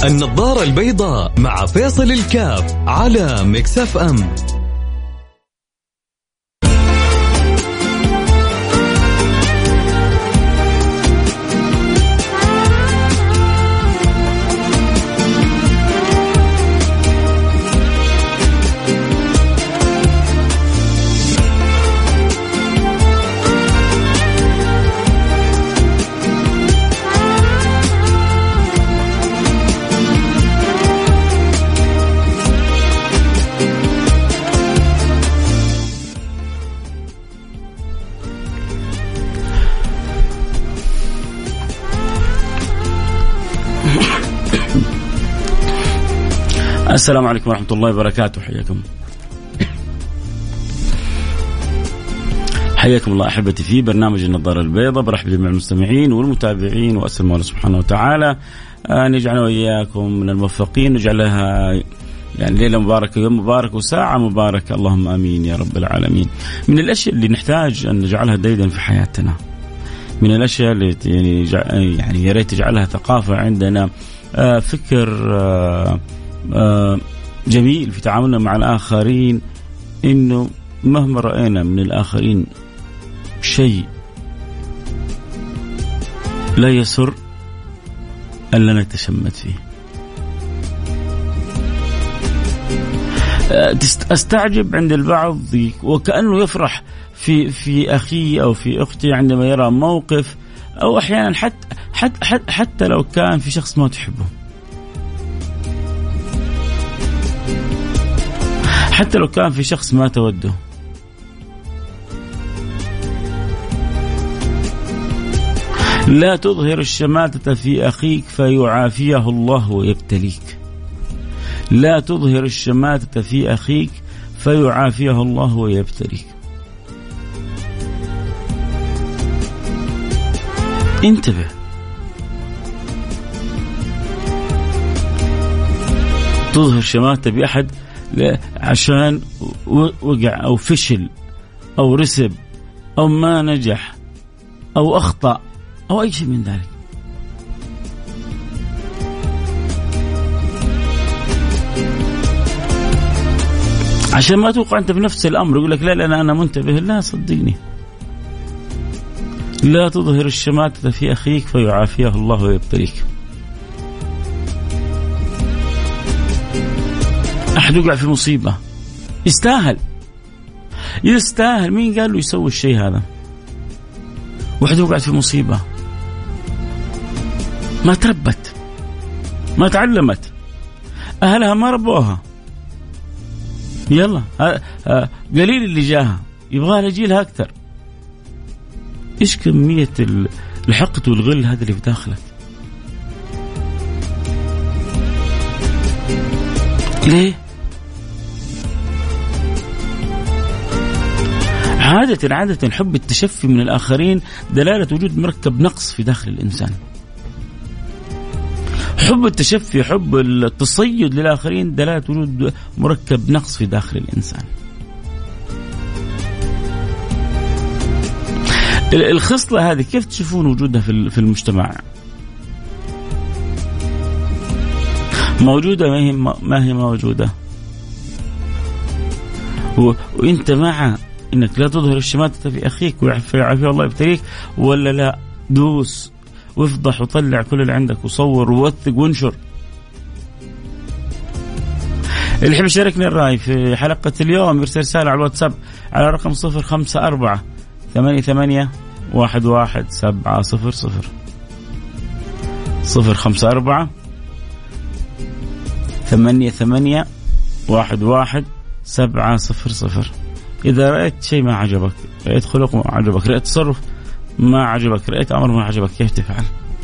النظارة البيضاء مع فيصل الكاف على ميكس اف ام. السلام عليكم ورحمة الله وبركاته. حياكم الله أحبتي في برنامج النظارة البيضاء. برحب جميع المستمعين والمتابعين، وأسأل الله سبحانه وتعالى أن يجعلنا وإياكم من الموفقين، نجعلها يعني ليلة مباركة، يوم مبارك، وساعة مباركة، اللهم آمين يا رب العالمين. من الأشياء اللي نحتاج أن نجعلها ديدا في حياتنا، من الأشياء اللي يعني يا ريت تجعلها ثقافة عندنا، فكر جميل في تعاملنا مع الآخرين، إنه مهما رأينا من الآخرين شيء لا يسر ألا نتشمت فيه. أستعجب عند البعض وكأنه يفرح في أخي أو في أختي عندما يرى موقف، أو أحيانا حتى لو كان في شخص ما تحبه، حتى لو كان في شخص ما توده. لا تظهر الشماتة في أخيك فيعافيه الله ويبتليك. لا تظهر الشماتة في أخيك فيعافيه الله ويبتليك. انتبه، تظهر شماتة بأحد عشان وقع أو فشل أو رسب أو ما نجح أو أخطأ أو أي شيء من ذلك. عشان ما توقع أنت بنفس الأمر يقول لك لا أنا منتبه. لا صدقني، لا تظهر الشماتة في أخيك فيعافيه الله ويبتليك. أحد يقع في مصيبة يستاهل، مين قال له يسوي الشيء هذا؟ واحد يقع في مصيبة ما تربت، ما تعلمت، أهلها ما ربوها، يلا قليل اللي جاها، يبغى لها جيلها أكثر. إيش كمية الحقد والغل هذا اللي في داخلك؟ ليه؟ عادة حب التشفي من الآخرين دلالة وجود مركب نقص في داخل الإنسان. حب التشفي، حب التصيد للآخرين دلالة وجود مركب نقص في داخل الإنسان. الخصلة هذه كيف تشوفون وجودها في المجتمع؟ موجودة ما هي موجودة؟ وانت مع انك لا تظهر الشماتة في اخيك ويعافيه الله يبتليك، ولا لا دوس وافضح وطلع كل اللي عندك وصور ووثق وانشر؟ اللي يحب يشاركني الرأي في حلقة اليوم يرسل رسالة على الواتساب على رقم 054-88-11700 054-88-11700. إذا رأيت شيء ما عجبك، رأيت خلق ما عجبك، رأيت تصرف ما عجبك، رأيت أمر ما عجبك، كيف تفعل؟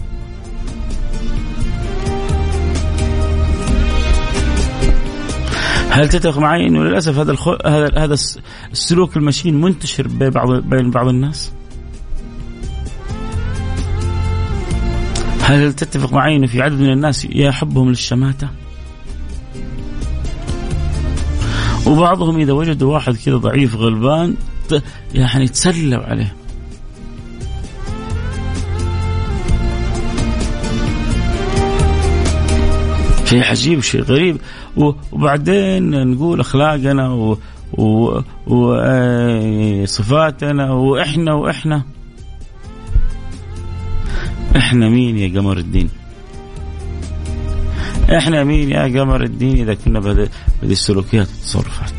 هل تتفق معي إنه للأسف هذا السلوك المشين منتشر بين بعض الناس؟ هل تتفق معي إنه في عدد من الناس يحبهم للشماتة؟ وبعضهم إذا وجدوا واحد كذا ضعيف غلبان يعني تسلوا عليه. شيء عجيب وشيء غريب. وبعدين نقول أخلاقنا وصفاتنا وإحنا مين يا قمر الدين؟ إحنا مين يا قمر الدين إذا كنا بهذه السلوكيات والتصرفات؟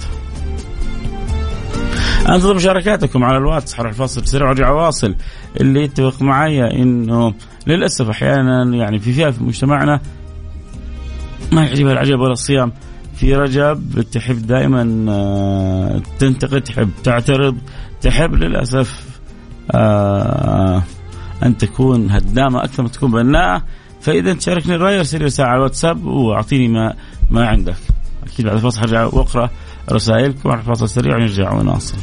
أنتظر مشاركاتكم على الواتس حرف الفاصل سريع ورجع واصل. اللي يتفق معايا إنه للأسف أحيانا يعني في فئة في مجتمعنا ما يعجبها العجب ولا الصيام. في رجب تحب دائما تنتقد، تحب تعترض، تحب للأسف أن تكون هدامة أكثر ما تكون بناءة. فإذا تشاركني الرأي ارسل رسالة على الواتساب وأعطيني ما عندك. أكيد بعد الفاصل هرجع وأقرأ رسائلكم على الفاصل سريع ونرجع ونواصل.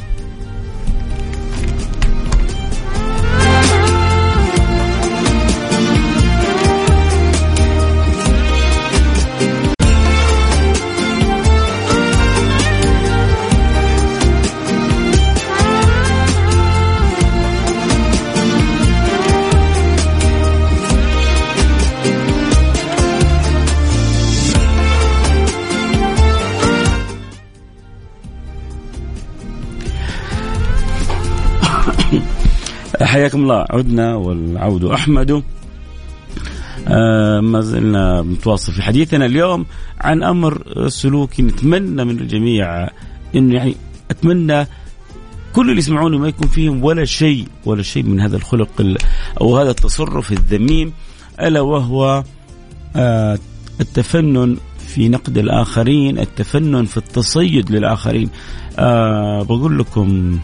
حياكم الله. عدنا والعود أحمد. ما زلنا متواصل في حديثنا اليوم عن أمر سلوكي نتمنى من الجميع إنه يعني أتمنى كل اللي يسمعوني ما يكون فيهم ولا شيء من هذا الخلق أو هذا التصرف الذميم، ألا وهو التفنن في نقد الآخرين، التفنن في التصيد للآخرين. بقول لكم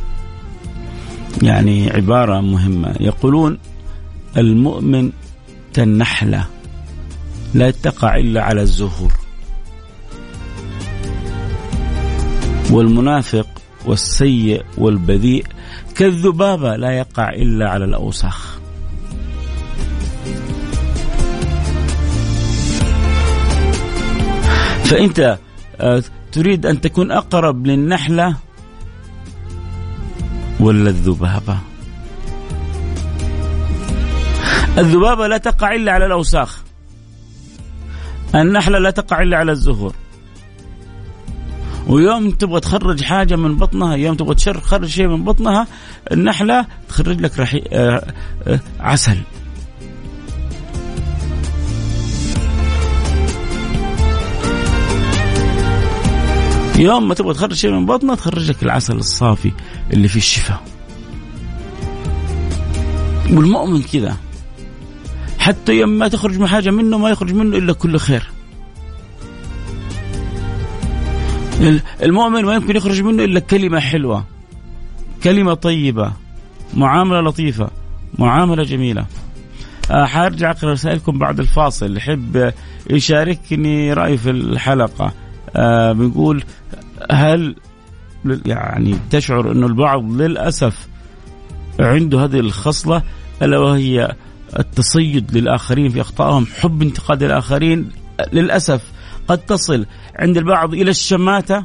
يعني عبارة مهمة، يقولون المؤمن كالنحلة لا تقع إلا على الزهور، والمنافق والسيء والبذيء كالذبابة لا يقع إلا على الأوساخ. فأنت تريد أن تكون أقرب للنحلة ولا الذبابة؟ الذبابة لا تقع إلا على الأوساخ، النحلة لا تقع إلا على الزهور. ويوم تبغى تخرج حاجة من بطنها، يوم تبغى تخرج شيء من بطنها، النحلة تخرج لك عسل. يوم ما تبغى تخرج شيء من بطنها تخرج لك العسل الصافي اللي فيه الشفاء. والمؤمن كذا، حتى يوم ما تخرج من حاجة منه ما يخرج منه إلا كل خير. المؤمن ما يمكن يخرج منه إلا كلمة حلوة، كلمة طيبة، معاملة لطيفة، معاملة جميلة. حارجع أقرأ رسائلكم بعد الفاصل. اللي يحب يشاركني رأي في الحلقة بنقول هل يعني تشعر أنه البعض للأسف عنده هذه الخصلة، ألا وهي التصيد للآخرين في أخطائهم، حب انتقاد الآخرين، للأسف قد تصل عند البعض إلى الشماتة.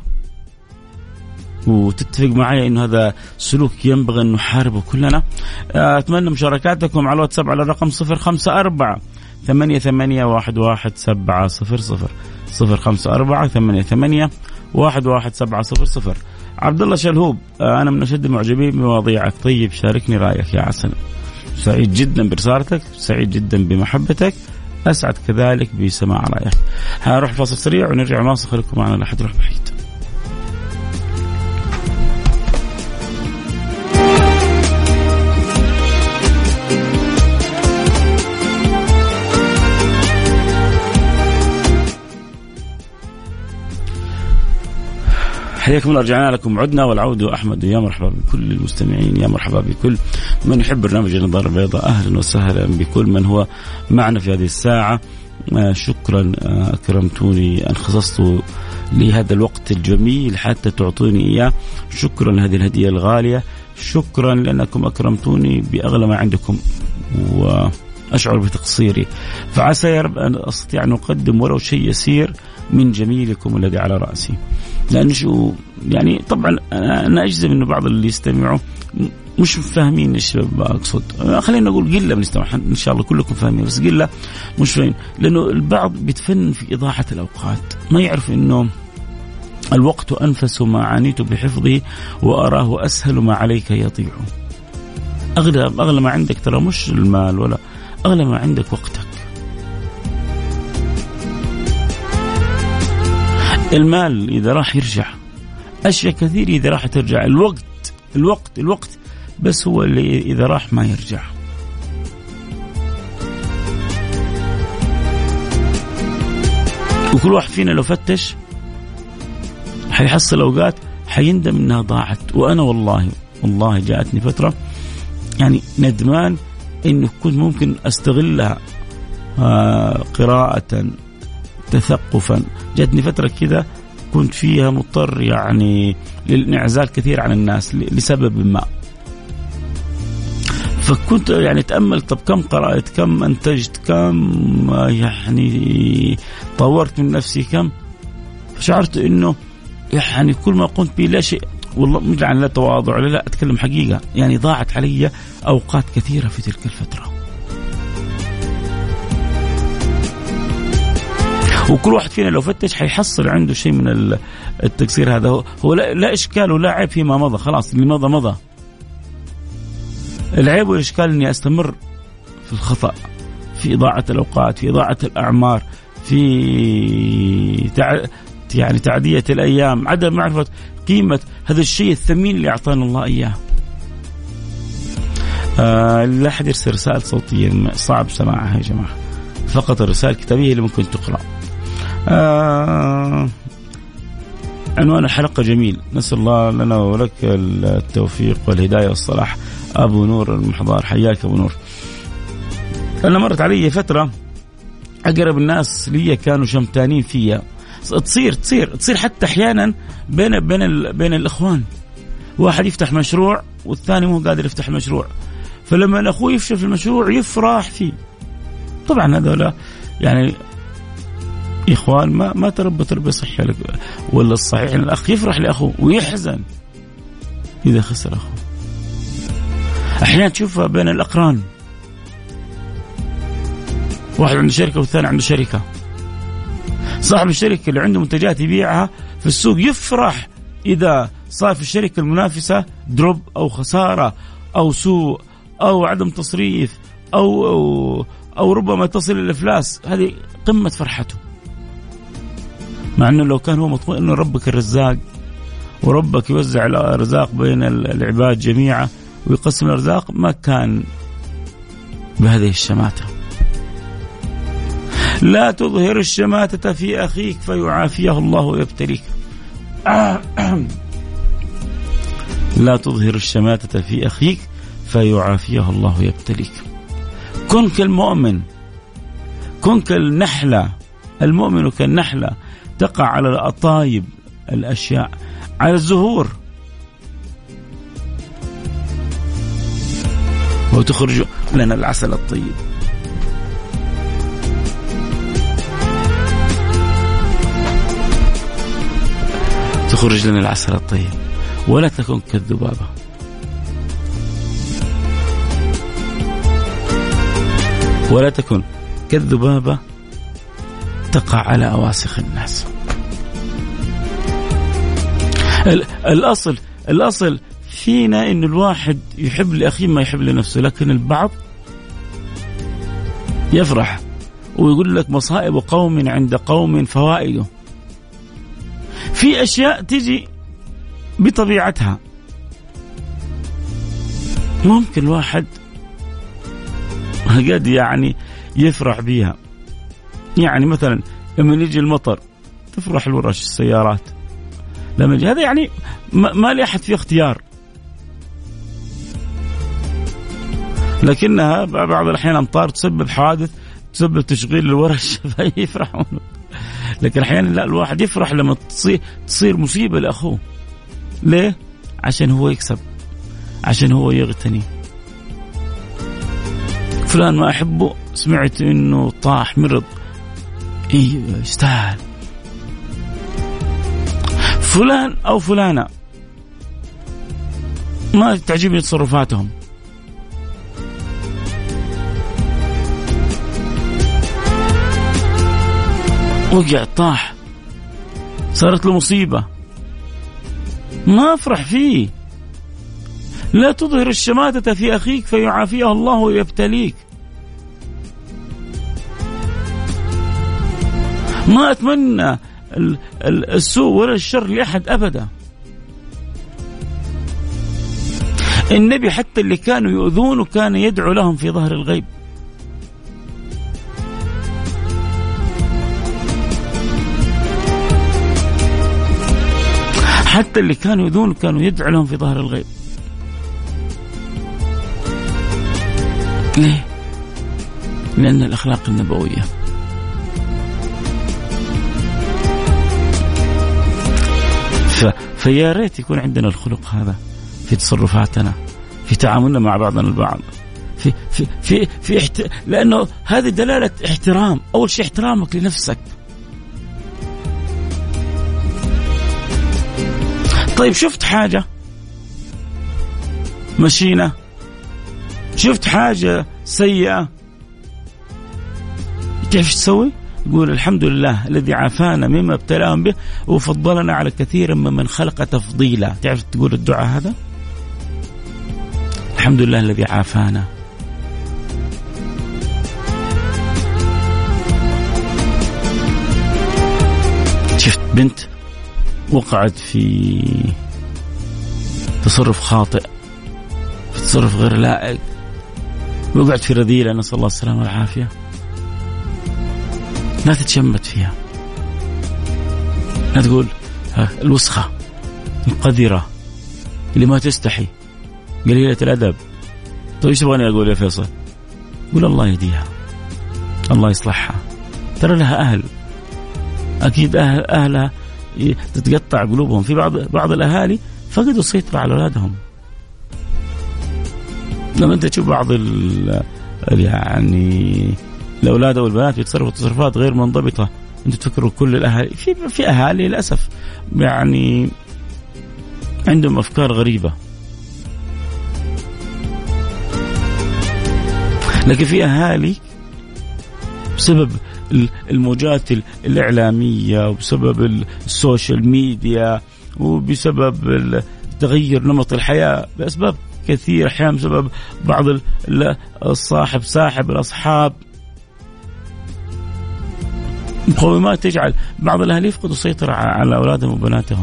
وتتفق معي أنه هذا سلوك ينبغي أن نحاربه كلنا. أتمنى مشاركاتكم على الواتساب على الرقم 054-88-11700 054-88-11700. عبد الله شلهوب، أنا من أشد المعجبين بمواضيعك. طيب شاركني رأيك يا عسل. سعيد جدا برسالتك، سعيد جدا بمحبتك، أسعد كذلك بسماع رأيك. هنروح فاصل سريع ونرجع نواصل. خليكم معنا لا حد يروح بعيد. حياكم الله. رجعنا لكم، عدنا والعود أحمد. يا مرحبا بكل المستمعين، يا مرحبا بكل من يحب برنامج النظارة البيضاء. أهلا وسهلا بكل من هو معنا في هذه الساعة. شكرا أكرمتوني أن خصصتوا لهذا الوقت الجميل حتى تعطوني إياه. شكرا لهذه الهدية الغالية، شكرا لأنكم أكرمتوني بأغلى ما عندكم وأشعر بتقصيري. فعسى يا رب أن أستطيع أن أقدم ولو شيء يسير من جميلكم الذي على رأسي. لأن شو يعني طبعا أنا أجزم أن بعض اللي يستمعوا مش فاهمين ايش اقصد. خلينا نقول قله بنستمع، ان شاء الله كلكم فاهمين، بس قله مش فاهمين، لانه البعض بيتفنن في اضاعه الاوقات، ما يعرف انه الوقت انفس ما عانيت بحفظه واراه اسهل ما عليك يضيع. اغلى ما عندك ترى مش المال، ولا اغلى ما عندك وقتك. المال اذا راح يرجع، اشياء كثير اذا راح ترجع. الوقت بس هو اللي إذا راح ما يرجع. وكل واحد فينا لو فتش حيحصل أوقات حيندم إنها ضاعت. وأنا والله جاءتني فترة يعني ندمان إنه كنت ممكن أستغلها قراءة تثقفا. جاءتني فترة كذا كنت فيها مضطر يعني للانعزال كثير عن الناس لسبب ما، فكنت يعني تأمل طب كم قرأت، كم أنتجت، كم يعني طورت من نفسي، كم. فشعرت إنه يعني كل ما قمت به لا شيء، والله مش عن لا تواضع لا أتكلم حقيقة، يعني ضاعت علي أوقات كثيرة في تلك الفترة. وكل واحد فينا لو فتش حيحصل عنده شيء من التقصير هذا. هو لا إشكال ولا عيب فيما مضى، خلاص اللي مضى. العيب والإشكال أني أستمر في الخطأ، في إضاعة الأوقات، في إضاعة الأعمار، في يعني تعدية الأيام، عدم معرفة قيمة هذا الشيء الثمين اللي أعطانا الله إياه. لا أحد يرسل رسائل صوتية صعب سماعها يا جماعة، فقط الرسائل الكتابية اللي ممكن تقرأ. عنوان الحلقة جميل، نسأل الله لنا ولك التوفيق والهداية والصلاح. أبو نور المحضار، حياك أبو نور. أنا مرت علي فترة أقرب الناس لي كانوا شمتانين فيها، تصير حتى أحيانا بين الإخوان، واحد يفتح مشروع والثاني مو قادر يفتح المشروع، فلما أخوه يفشل في المشروع يفرح فيه. طبعا هذا يعني إخوان ما تربى تربية صحية لك، ولا الصحيح أن الأخ يفرح لأخوه ويحزن إذا خسر أخوه. أحيانا تشوفها بين الأقران، واحد عنده شركة والثاني عنده شركة، صاحب الشركة اللي عنده منتجات يبيعها في السوق يفرح إذا صار في الشركة المنافسة دروب أو خسارة أو سوء أو عدم تصريف أو ربما تصل الإفلاس. هذه قمة فرحته، مع أنه لو كان هو مطمئن أنه ربك الرزاق وربك يوزع الأرزاق بين العباد جميعا ويقسم الأرزاق ما كان بهذه الشماتة. لا تظهر الشماتة في أخيك فيعافيه الله ويبتليك. لا تظهر الشماتة في أخيك فيعافيه الله ويبتليك. كن كالمؤمن، كن كالنحلة. المؤمن كالنحلة تقع على الأطايب الأشياء، على الزهور، وتخرج لنا العسل الطيب. تخرج لنا العسل الطيب. ولا تكن كالذبابة، ولا تكن كالذبابة تقع على أواسخ الناس. الأصل فينا إن الواحد يحب لأخيه ما يحب لنفسه، لكن البعض يفرح ويقول لك مصائب قوم عند قوم فوائده. في أشياء تجي بطبيعتها، ممكن الواحد قد يعني يفرح بيها. يعني مثلا لما يجي المطر تفرح الورش السيارات، لما يجي هذا يعني ما لي أحد في اختيار، لكنها بعض الأحيان أمطار تسبب حوادث، تسبب تشغيل الورش فيفرحون. لكن أحيانا لا، الواحد يفرح لما تصير مصيبة لأخوه. ليه؟ عشان هو يكسب، عشان هو يغتني. فلان ما أحبه، سمعت إنه طاح مرض، إيه يستاهل. فلان أو فلانة ما تعجبني تصرفاتهم. وقع طاح، صارت له مصيبة، ما افرح فيه. لا تظهر الشماتة في أخيك فيعافيه الله ويبتليك. ما أتمنى السوء ولا الشر لأحد أبدا. النبي حتى اللي كانوا يؤذونه كان يدعو لهم في ظهر الغيب. حتى اللي كانوا يؤذونه كانوا يدعو لهم في ظهر الغيب. ليه؟ لأن الأخلاق النبوية. فيا ريت يكون عندنا الخلق هذا في تصرفاتنا، في تعاملنا مع بعضنا البعض، لأنه هذه دلالة احترام. أول شيء احترامك لنفسك. طيب شفت حاجة مشينا، شفت حاجة سيئة، كيف تسوي؟ يقول الحمد لله الذي عافانا مما ابتلاهم به وفضلنا على كثير ممن خلق تفضيلا. تعرف تقول الدعاء هذا؟ الحمد لله الذي عافانا. شفت بنت وقعت في تصرف خاطئ، في تصرف غير لائق، وقعت في رذيلة، نسأل الله السلامة والعافية. لا تتشمت فيها، لا تقول الوسخة القذرة اللي ما تستحي قليلة الأدب. طيب ايش تبغاني أقول يا فيصل؟ قول الله يهديها، الله يصلحها، ترى لها أهل، أكيد أهلها تتقطع قلوبهم. في بعض الأهالي فقدوا السيطرة على أولادهم. لما أنت تشوف بعض يعني الأولاد أو البنات يتصرفوا تصرفات غير منضبطة، أنت تفكروا كل الأهالي. في أهالي للأسف يعني عندهم أفكار غريبة، لكن في أهالي بسبب الموجات الإعلامية وبسبب السوشيال ميديا وبسبب تغير نمط الحياة بأسباب كثيرة، أحيانا بسبب بعض ساحب الأصحاب، مقومات تجعل بعض الأهل يفقدوا السيطرة على أولادهم وبناتهم.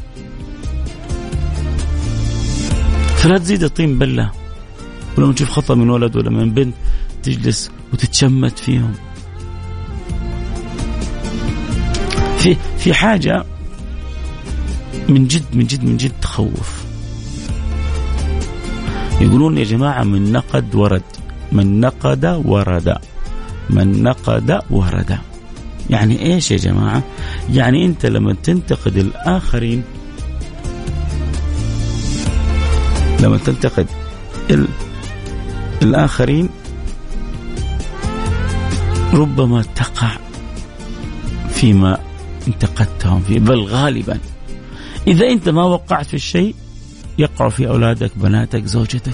فلا تزيد الطين بلة، ولما تشوف خطأ من ولد ولا من بنت تجلس وتتشمت فيهم. في حاجة من جد تخوف. يقولون يا جماعة من نقد ورد، من نقد ورد، من نقد ورد. يعني ايش يا جماعة؟ يعني انت لما تنتقد الآخرين، لما تنتقد الآخرين ربما تقع فيما انتقدتهم فيه، بل غالبا إذا أنت ما وقعت في الشيء يقع في أولادك، بناتك، زوجتك.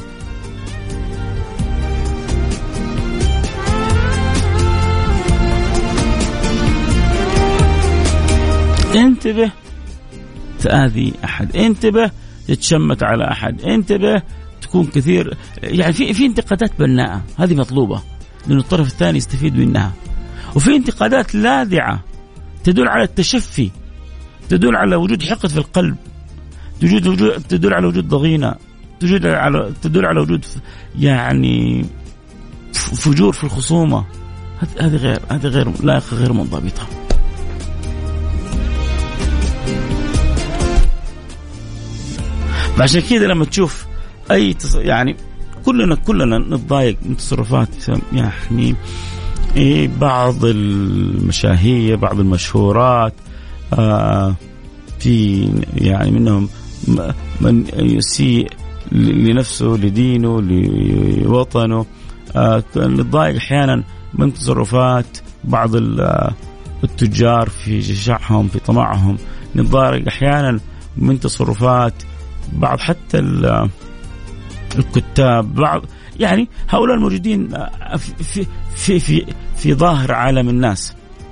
انتبه تآذي أحد، انتبه تتشمت على أحد، انتبه تكون كثير يعني في انتقادات بناءة، هذه مطلوبة لأن الطرف الثاني يستفيد منها. وفي انتقادات لاذعة تدل على التشفي، تدل على وجود حقد في القلب، تدل على وجود ضغينة، تدل على وجود يعني فجور في الخصومة. هذه غير لائقة، غير منضبطة. عشان كذا لما تشوف أي يعني كلنا نتضايق من تصرفات يعني بعض المشاهير، بعض المشهورات، في يعني منهم من يسيء لنفسه، لدينه، لوطنه. نتضايق أحيانا من تصرفات بعض التجار في جشعهم، في طمعهم. نتضايق أحيانا من تصرفات بعض حتى الكتاب، بعض يعني هؤلاء الموجودين في ظاهر عالم الناس.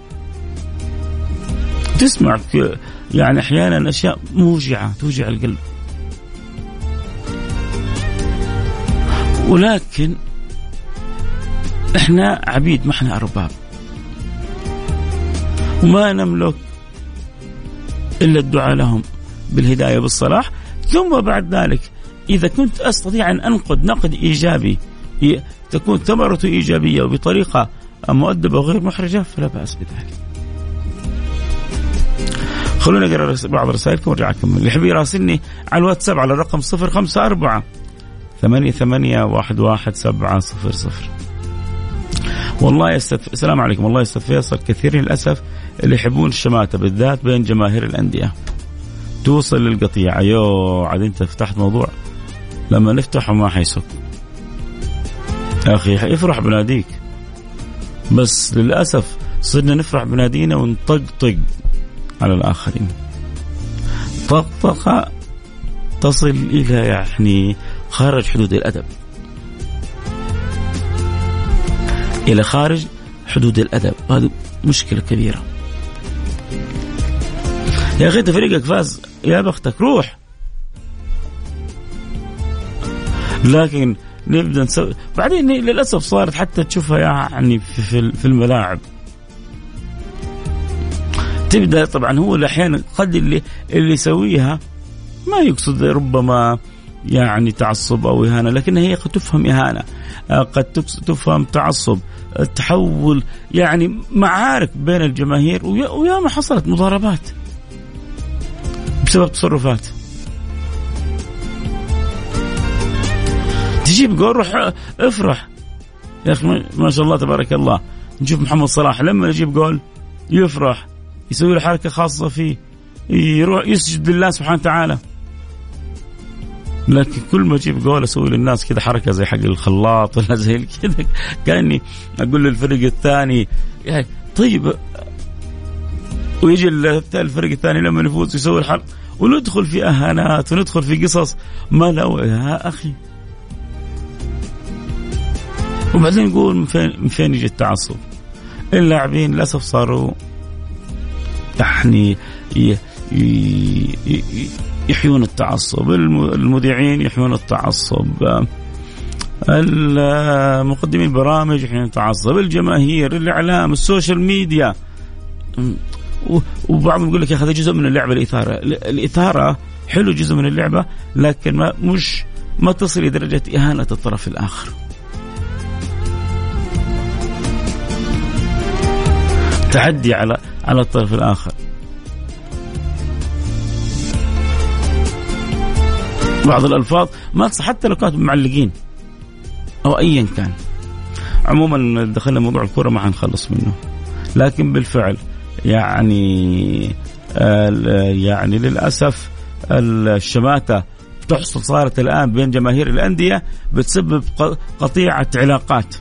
تسمع يعني أحيانا أشياء موجعة توجع القلب، ولكن إحنا عبيد، ما إحنا أرباب، وما نملك إلا الدعاء لهم بالهداية بالصلاح. ثم بعد ذلك إذا كنت أستطيع أن أنقد نقد إيجابي تكون ثمرته إيجابية وبطريقة مؤدبة وغير محرجة فلا بأس بذلك. خلونا نقرأ بعض رسائلكم ورجع أكمل. اللي يحب يراسلني على الواتساب على الرقم 0548811700. والله السلام عليكم. والله يا أستاذ فيصل، كثير للأسف اللي يحبون الشماتة بالذات بين جماهير الأندية توصل للقطيع. أيوه عاد أنت فتحت موضوع لما نفتحه ما حيسك يا أخي. افرح بناديك، بس للأسف صرنا نفرح بنادينا ونطقطق على الآخرين. طقطقة تصل إلى يعني خارج حدود الأدب، إلى خارج حدود الأدب. هذه مشكلة كبيرة يا أخي. فريقك فاز يا بختك، روح. لكن نبدأ نسوي بعدين للأسف صارت حتى تشوفها يعني في الملاعب. تبدأ طبعا هو أحيانا قد اللي يسويها ما يقصد ربما يعني تعصب أو إهانة، لكن هي قد تفهم إهانة، قد تفهم تعصب، تحول يعني معارك بين الجماهير. وياما حصلت مضاربات بسبب تصرفات. تجيب جول روح افرح يا أخي، ما شاء الله تبارك الله. نشوف محمد صلاح لما يجيب جول يفرح، يسوي له حركة خاصة فيه، يروح يسجد لله سبحانه وتعالى. لكن كل ما أجيب جول أسوي للناس كذا حركة زي حق الخلاط ولا زي كذا، كأني أقول للفريق الثاني يعني طيب، ويجي الفريق الثاني لما يفوز يسوي الحرب، وندخل في أهانات وندخل في قصص ما له يا أخي. وبعدين نقول من فين يجي التعصب؟ اللاعبين للأسف صاروا يعني يحيون التعصب، المذيعين يحيون التعصب، المقدمين البرامج يحيون التعصب، الجماهير، الإعلام، السوشيال ميديا. وبعضهم يقول لك يا أخي هذا جزء من اللعبة. الإثارة حلو، جزء من اللعبة، لكن ما تصل إلى درجة إهانة الطرف الآخر. تعدي على الطرف الآخر. بعض الألفاظ ما تصح حتى لو كانت معلقين أو أيا كان. عموما دخلنا موضوع الكرة ما حنخلص منه، لكن بالفعل يعني للأسف الشماتة تحصل صارت الآن بين جماهير الأندية بتسبب قطيعة علاقات.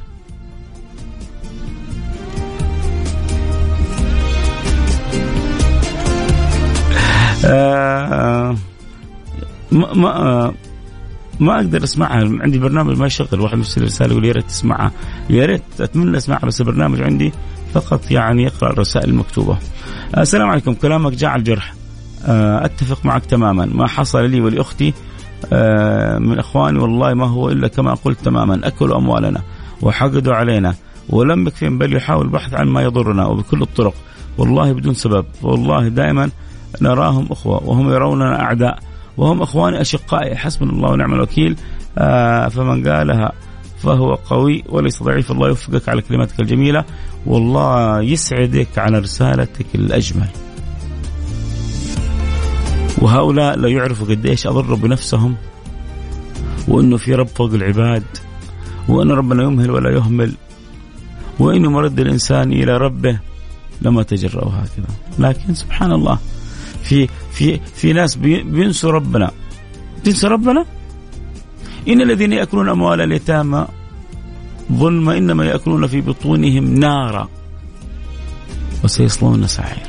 ما أقدر أسمعها، عندي برنامج ما يشغل. واحد يرسل رسالة يقول يا ريت تسمعها، يا ريت أتمنى أسمعها، بس البرنامج عندي فقط يعني يقرأ الرسائل المكتوبة. السلام عليكم. كلامك جاء الجرح، أتفق معك تماما. ما حصل لي ولأختي من أخواني والله ما هو إلا كما قلت تماما. أكلوا أموالنا وحقدوا علينا ولم يكفين، بل يحاول البحث عن ما يضرنا وبكل الطرق، والله بدون سبب. والله دائما نراهم أخوة وهم يروننا أعداء، وهم أخواني أشقائي. حسبنا الله ونعم الوكيل. فمن قالها فهو قوي وليس ضعيف. الله يوفقك على كلماتك الجميلة، والله يسعدك على رسالتك الأجمل. وهؤلاء لا يعرفوا قديش أضروا بنفسهم، وأنه في رب فوق العباد، وأن ربنا يمهل ولا يهمل، وأنه مرد الإنسان إلى ربه لما تجرأوا هكذا. لكن سبحان الله في ناس بينسوا ربنا. تنسى ربنا؟ إن الذين يأكلون أموال اليتامى ظلما إنما يأكلون في بطونهم نارا وسيصلون سعيرا.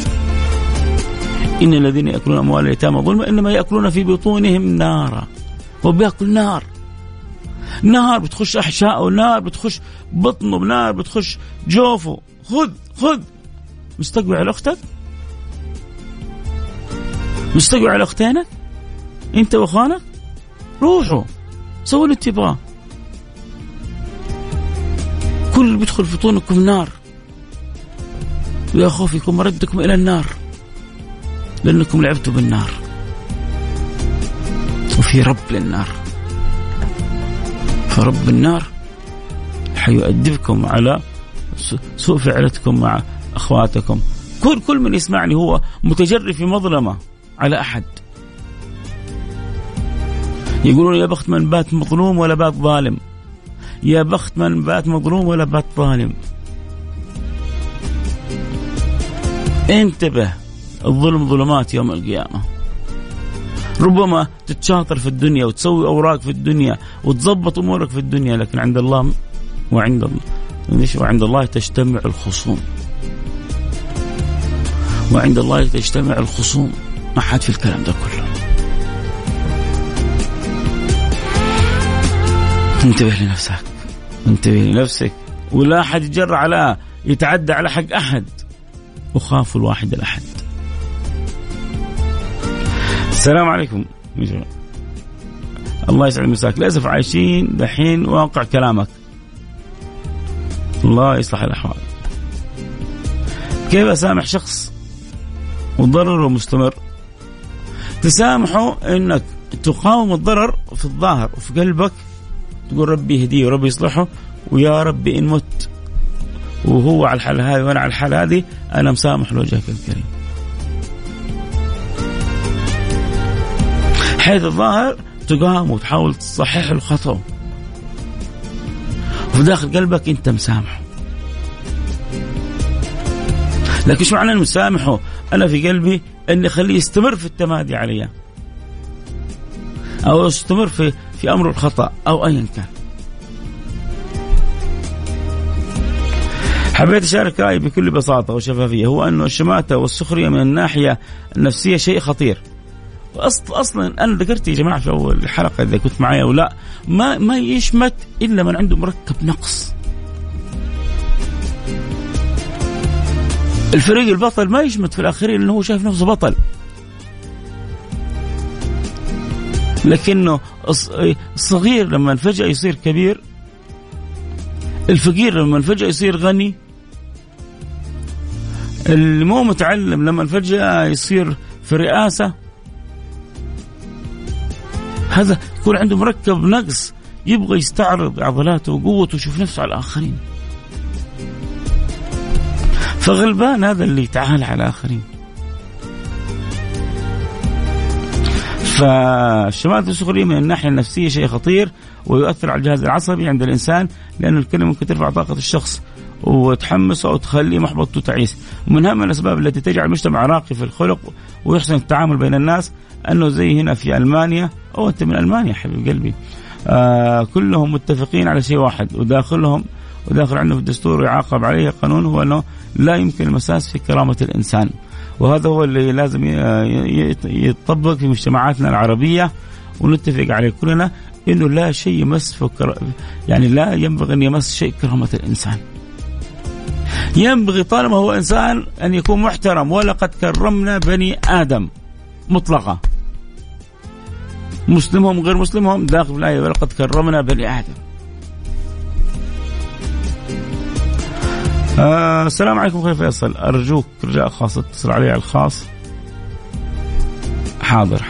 إن الذين يأكلون أموال اليتامى ظلما إنما يأكلون في بطونهم نارا هو بياكل نار، نار بتخش أحشائه، نار بتخش بطنه، نار بتخش جوفه. خذ مستقوي على أختك، مستقوي على أختينك أنت وأخوانك، روحوا سووا اللي تبغاه. كل اللي بيدخل في بطونكم نار، ويا خوفكم مردكم إلى النار لأنكم لعبتوا بالنار، وفي رب للنار، فرب النار حيؤدبكم على سوء فعلتكم مع أخواتكم. كل من يسمعني هو متجري في مظلمة على أحد، يقولون يا بخت من بات مظلوم ولا بات ظالم، يا بخت من بات مظلوم ولا بات ظالم. انتبه، الظلم ظلمات يوم القيامة. ربما تتشاطر في الدنيا وتسوي أوراق في الدنيا وتضبط أمورك في الدنيا، لكن عند الله وعند الله تجتمع الخصوم، وعند الله تجتمع الخصوم. ما حد في الكلام ده كله. انتبه لنفسك، انتبه لنفسك، ولا أحد يجرى على يتعدى على حق أحد، وخافوا الواحد الأحد. السلام عليكم. الله يسعد مساك. للأسف عايشين دحين واقع كلامك، الله يصلح الأحوال. كيف أسامح شخص وضرره مستمر؟ تسامحه إنك تقاوم الضرر في الظاهر، وفي قلبك تقول ربي يهديه وربي يصلحه، ويا ربي إن مت وهو على الحال هذه وأنا على الحال هذه أنا مسامح لوجهك الكريم. حيث الظاهر تقام وتحاول تصحح الخطأ، وفي داخل قلبك أنت مسامحه. لكن شو معنى مسامحه؟ أنا في قلبي أني أخليه يستمر في التمادي عليها، أو يستمر في أمر الخطأ أو أيا كان. حبيت أشارك رأيي بكل بساطة وشفافية، هو أنه الشماتة والسخرية من الناحية النفسية شيء خطير. أصلا أنا ذكرت يا جماعة في أول حلقة إذا كنت معي أو لا، ما يشمت إلا من عنده مركب نقص. الفريق البطل ما يشمت في الآخرين لأنه هو شايف نفسه بطل، لكنه الصغير لما فجأة يصير كبير، الفقير لما فجأة يصير غني، اللي مو متعلم لما فجأة يصير في رئاسة، هذا يكون عنده مركب نقص، يبغى يستعرض عضلاته وقوته ويشوف نفسه على الآخرين. فغلبان هذا اللي يتعالى على الآخرين. فالشماتة والسخرية من الناحية النفسية شيء خطير، ويؤثر على الجهاز العصبي عند الإنسان، لأن الكلمة ممكن ترفع طاقة الشخص وتحمسه أو تخليه محبط وتعيس. ومن أهم الأسباب التي تجعل المجتمع راقي في الخلق ويحسن التعامل بين الناس أنه زي هنا في ألمانيا، أو أنت من ألمانيا حبيب قلبي، كلهم متفقين على شيء واحد، وداخل عنده في الدستور يعاقب عليه قانون، هو أنه لا يمكن المساس في كرامة الإنسان. وهذا هو اللي لازم يتطبق في مجتمعاتنا العربية، ونتفق عليه كلنا إنه لا شيء يمس يعني لا ينبغي أن يمس شيء كرامة الإنسان. ينبغي طالما هو إنسان أن يكون محترم، ولقد كرمنا بني آدم مطلقة، مسلمهم غير مسلمهم، داخل الآية ولقد كرمنا بني آدم. السلام عليكم أخوي فيصل، أرجوك رجاء خاص اتصل علي على الخاص. حاضر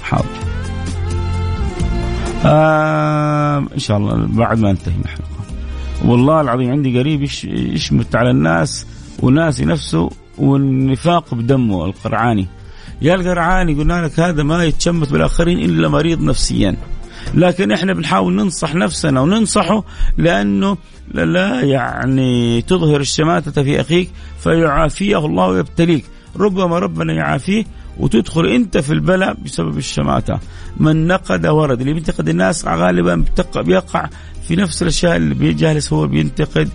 إن شاء الله بعد ما انتهي من الحلقة. والله العظيم عندي قريب يشمت على الناس وناسي نفسه، والنفاق بدمه. القرعاني، يا القرعاني قلنا لك هذا ما يتشمت بالآخرين إلا مريض نفسيا، لكن إحنا بنحاول ننصح نفسنا وننصحه، لأنه لا يعني تظهر الشماتة في أخيك فيعافيه الله ويبتليك. ربما ربنا يعافيه وتدخل أنت في البلاء بسبب الشماتة. من نقد ورد، اللي بينتقد الناس غالبا بيقع في نفس الأشياء اللي بيجالس هو بينتقد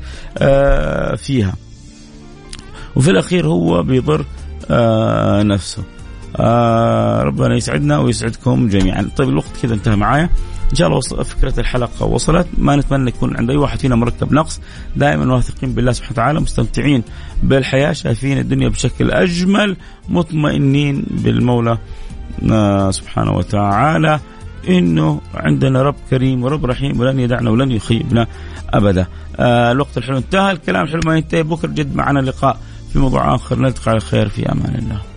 فيها، وفي الأخير هو بيضر نفسه. ربنا يسعدنا ويسعدكم جميعا. طيب الوقت كذا انتهى معايا، إن شاء الله فكرة الحلقة وصلت. ما نتمنى يكون عند أي واحد فينا مركب نقص، دائما واثقين بالله سبحانه وتعالى، مستمتعين بالحياة، شايفين الدنيا بشكل أجمل، مطمئنين بالمولى سبحانه وتعالى إنه عندنا رب كريم ورب رحيم ولن يدعنا ولن يخيبنا أبدا. الوقت الحلو انتهى، الكلام الحلو ما ينتهي. بكرة جد معنا لقاء في موضوع آخر، نلتقي على خير في أمان الله.